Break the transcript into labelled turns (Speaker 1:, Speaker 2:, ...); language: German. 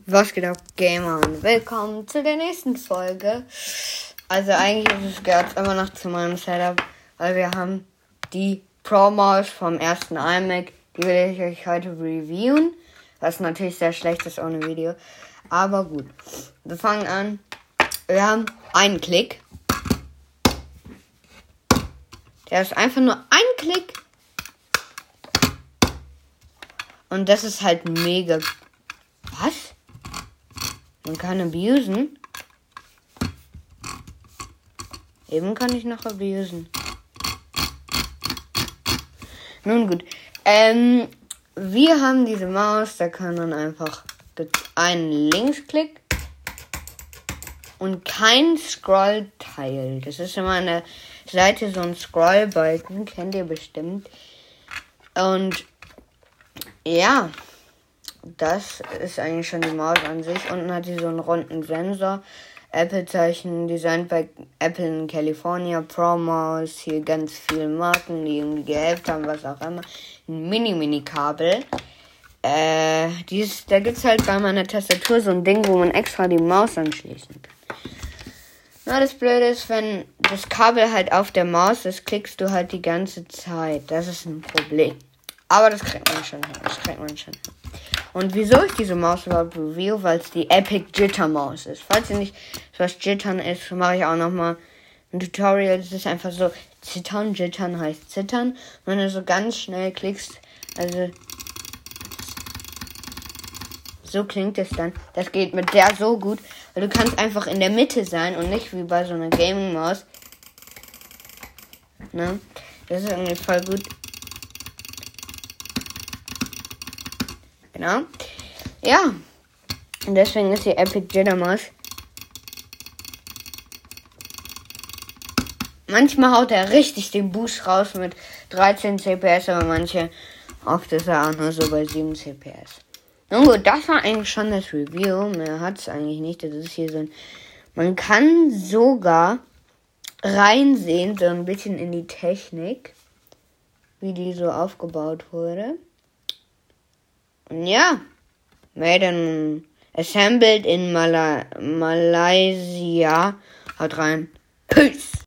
Speaker 1: Was geht ab, Gamer, und willkommen zu der nächsten Folge. Also eigentlich gehört es immer noch zu meinem Setup, weil wir haben die Pro-Maus vom ersten iMac, die will ich euch heute reviewen, was natürlich sehr schlecht ist ohne Video, aber gut. Wir fangen an, wir haben einen Klick, der ist einfach nur ein Klick und das ist halt mega. Was? Man kann abusen. Eben kann ich noch abusen. Nun gut. Wir haben diese Maus, da kann man einfach einen Linksklick und kein Scroll-Teil. Das ist immer an der Seite so ein Scroll-Balken, kennt ihr bestimmt. Und ja, das ist eigentlich schon die Maus an sich. Unten hat sie so einen runden Sensor. Apple-Zeichen, designt bei Apple in California. Pro-Maus, hier ganz viele Marken, die irgendwie gehelft haben, was auch immer. Ein Mini-Kabel. Da gibt es halt bei meiner Tastatur so ein Ding, wo man extra die Maus anschließen kann. Na, das Blöde ist, wenn das Kabel halt auf der Maus ist, klickst du halt die ganze Zeit. Das ist ein Problem. Aber das kriegt man schon hin. Und wieso ich diese Maus überhaupt review? Weil es die Epic Jitter Maus ist. Falls ihr nicht was Jittern ist, mache ich auch nochmal ein Tutorial. Das ist einfach so, Jittern heißt zittern. Und wenn du so ganz schnell klickst, also so klingt es dann. Das geht mit der so gut, weil du kannst einfach in der Mitte sein und nicht wie bei so einer Gaming-Maus. Ne? Das ist irgendwie voll gut. Genau. Ja. Und deswegen ist die Epic Jitter Maus. Manchmal haut er richtig den Boost raus mit 13 CPS, aber oft ist er auch nur so bei 7 CPS. Nun gut, das war eigentlich schon das Review. Mehr hat es eigentlich nicht. Das ist hier so ein. Man kann sogar reinsehen, so ein bisschen in die Technik, wie die so aufgebaut wurde. Und ja, assembled in Malaysia. Haut rein. Peace.